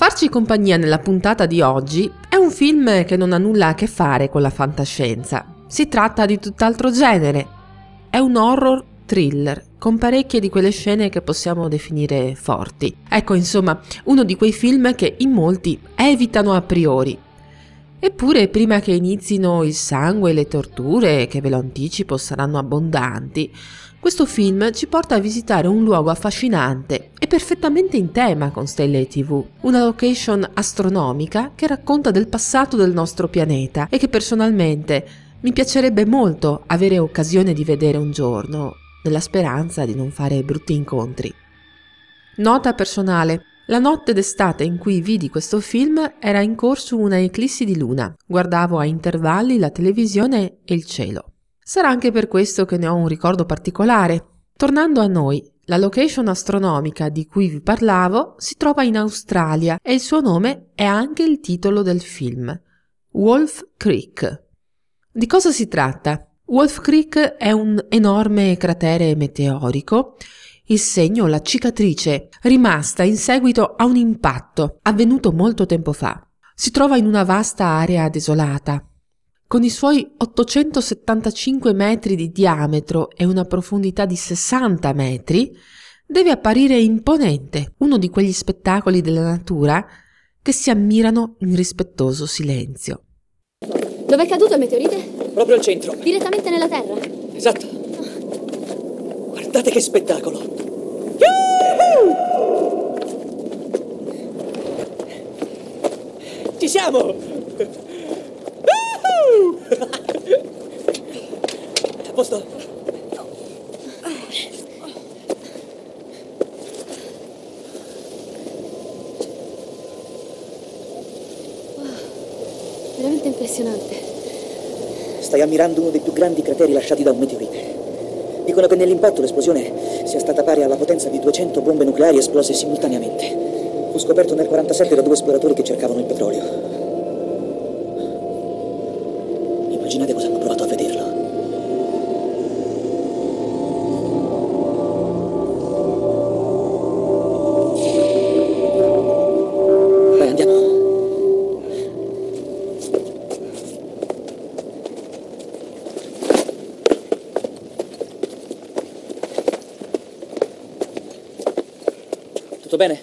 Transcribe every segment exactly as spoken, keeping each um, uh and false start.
farci compagnia nella puntata di oggi è un film che non ha nulla a che fare con la fantascienza. Si tratta di tutt'altro genere. È un horror thriller con parecchie di quelle scene che possiamo definire forti. Ecco, insomma, uno di quei film che in molti evitano a priori. Eppure, prima che inizino il sangue e le torture, che ve lo anticipo saranno abbondanti, questo film ci porta a visitare un luogo affascinante e perfettamente in tema con Stelle tivù, una location astronomica che racconta del passato del nostro pianeta e che personalmente mi piacerebbe molto avere occasione di vedere un giorno, nella speranza di non fare brutti incontri. Nota personale: la notte d'estate in cui vidi questo film era in corso una eclissi di luna. Guardavo a intervalli la televisione e il cielo. Sarà anche per questo che ne ho un ricordo particolare. Tornando a noi, la location astronomica di cui vi parlavo si trova in Australia e il suo nome è anche il titolo del film, Wolf Creek. Di cosa si tratta? Wolf Creek è un enorme cratere meteorico, il segno, la cicatrice, rimasta in seguito a un impatto avvenuto molto tempo fa. Si trova in una vasta area desolata. Con i suoi ottocentosettantacinque metri di diametro e una profondità di sessanta metri, deve apparire imponente, uno di quegli spettacoli della natura che si ammirano in rispettoso silenzio. Dove è caduto il meteorite? Proprio al centro. Direttamente nella Terra? Esatto. Guardate che spettacolo. Ci siamo! A posto? Veramente impressionante. Stai ammirando uno dei più grandi crateri lasciati da un meteorite. Dicono che nell'impatto l'esplosione sia stata pari alla potenza di duecento bombe nucleari esplose simultaneamente. Fu scoperto nel quarantasette da due esploratori che cercavano il petrolio. Immaginate cosa hanno provato a vederlo. Vai, andiamo. Tutto bene?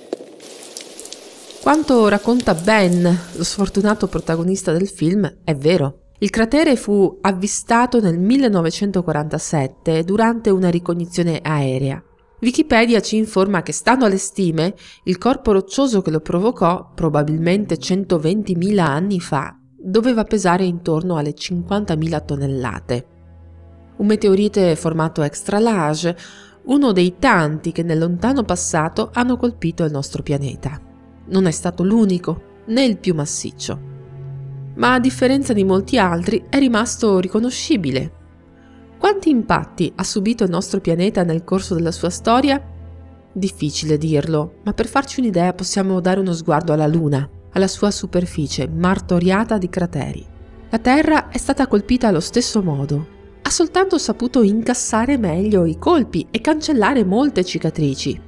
Quanto racconta Ben, lo sfortunato protagonista del film, è vero. Il cratere fu avvistato nel millenovecentoquarantasette durante una ricognizione aerea. Wikipedia ci informa che, stando alle stime, il corpo roccioso che lo provocò, probabilmente centoventimila anni fa, doveva pesare intorno alle cinquantamila tonnellate. Un meteorite formato extra large, uno dei tanti che nel lontano passato hanno colpito il nostro pianeta. Non è stato l'unico, né il più massiccio, ma a differenza di molti altri è rimasto riconoscibile. Quanti impatti ha subito il nostro pianeta nel corso della sua storia? Difficile dirlo, ma per farci un'idea possiamo dare uno sguardo alla Luna, alla sua superficie martoriata di crateri. La Terra è stata colpita allo stesso modo. Ha soltanto saputo incassare meglio i colpi e cancellare molte cicatrici.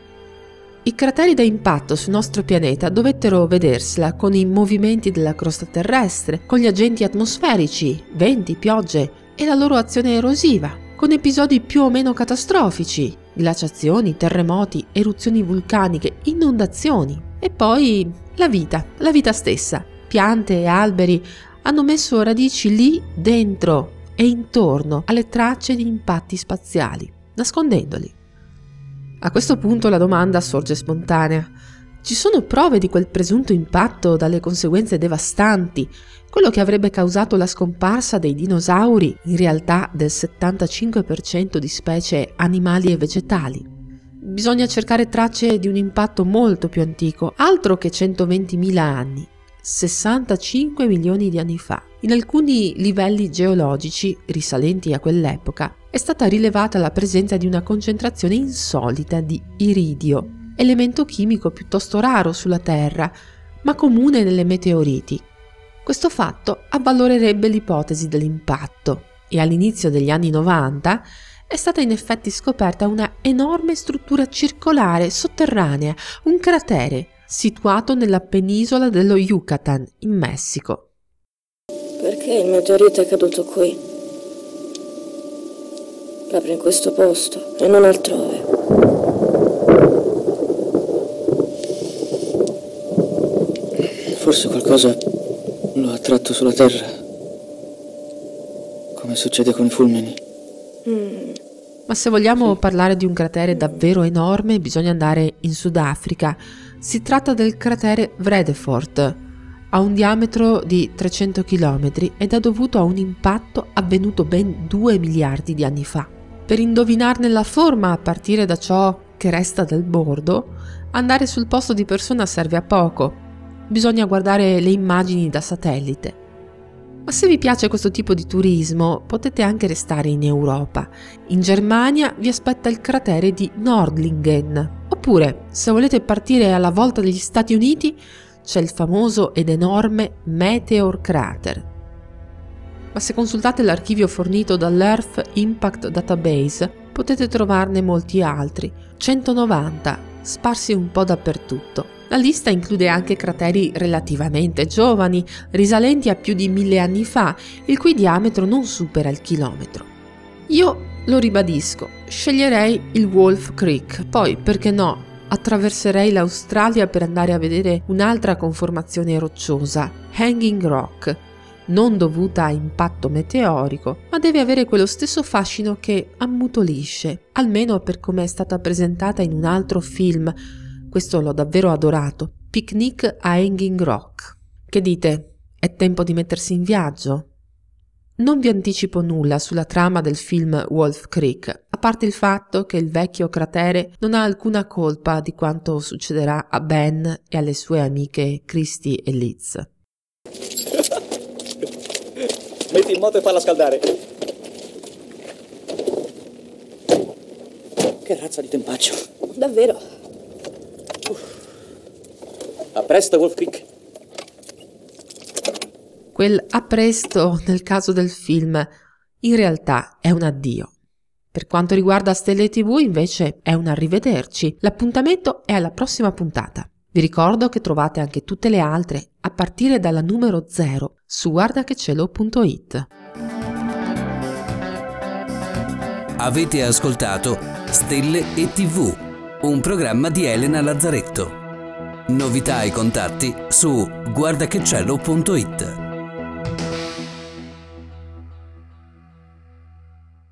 I crateri da impatto sul nostro pianeta dovettero vedersela con i movimenti della crosta terrestre, con gli agenti atmosferici, venti, piogge e la loro azione erosiva, con episodi più o meno catastrofici, glaciazioni, terremoti, eruzioni vulcaniche, inondazioni. E poi la vita, la vita stessa. Piante e alberi hanno messo radici lì dentro e intorno alle tracce di impatti spaziali, nascondendoli. A questo punto la domanda sorge spontanea. Ci sono prove di quel presunto impatto dalle conseguenze devastanti, quello che avrebbe causato la scomparsa dei dinosauri, in realtà del settantacinque per cento di specie animali e vegetali? Bisogna cercare tracce di un impatto molto più antico, altro che centoventimila anni, sessantacinque milioni di anni fa. In alcuni livelli geologici risalenti a quell'epoca è stata rilevata la presenza di una concentrazione insolita di iridio, elemento chimico piuttosto raro sulla Terra, ma comune nelle meteoriti. Questo fatto avvalorerebbe l'ipotesi dell'impatto e all'inizio degli anni novanta è stata in effetti scoperta una enorme struttura circolare sotterranea, un cratere, situato nella penisola dello Yucatan, in Messico. Perché il meteorite è caduto qui? Proprio in questo posto e non altrove. Forse qualcosa lo ha attratto sulla Terra, come succede con i fulmini. Mm. Ma se vogliamo parlare di un cratere davvero enorme, bisogna andare in Sudafrica. Si tratta del cratere Vredefort. Ha un diametro di trecento chilometri ed è dovuto a un impatto avvenuto ben due miliardi di anni fa. Per indovinarne la forma a partire da ciò che resta del bordo, andare sul posto di persona serve a poco. Bisogna guardare le immagini da satellite. Ma se vi piace questo tipo di turismo, potete anche restare in Europa. In Germania vi aspetta il cratere di Nordlingen. Oppure, se volete partire alla volta degli Stati Uniti, c'è il famoso ed enorme Meteor Crater. Ma se consultate l'archivio fornito dall'Earth Impact Database, potete trovarne molti altri, centonovanta, sparsi un po' dappertutto. La lista include anche crateri relativamente giovani, risalenti a più di mille anni fa, il cui diametro non supera il chilometro. Io lo ribadisco, sceglierei il Wolf Creek, poi, perché no, attraverserei l'Australia per andare a vedere un'altra conformazione rocciosa, Hanging Rock, non dovuta a impatto meteorico, ma deve avere quello stesso fascino che ammutolisce, almeno per come è stata presentata in un altro film. Questo l'ho davvero adorato, Picnic a Hanging Rock. Che dite? È tempo di mettersi in viaggio? Non vi anticipo nulla sulla trama del film Wolf Creek, a parte il fatto che il vecchio cratere non ha alcuna colpa di quanto succederà a Ben e alle sue amiche Christy e Liz. Metti in moto e falla scaldare. Che razza di tempaccio. Davvero? A presto, Wolf Creek. Quel a presto nel caso del film in realtà è un addio. Per quanto riguarda Stelle tivù invece è un arrivederci. L'appuntamento è alla prossima puntata. Vi ricordo che trovate anche tutte le altre a partire dalla numero zero su guardachecielo punto it. Avete ascoltato Stelle e tivù, un programma di Elena Lazzaretto. Novità e contatti su guardachecielo punto it.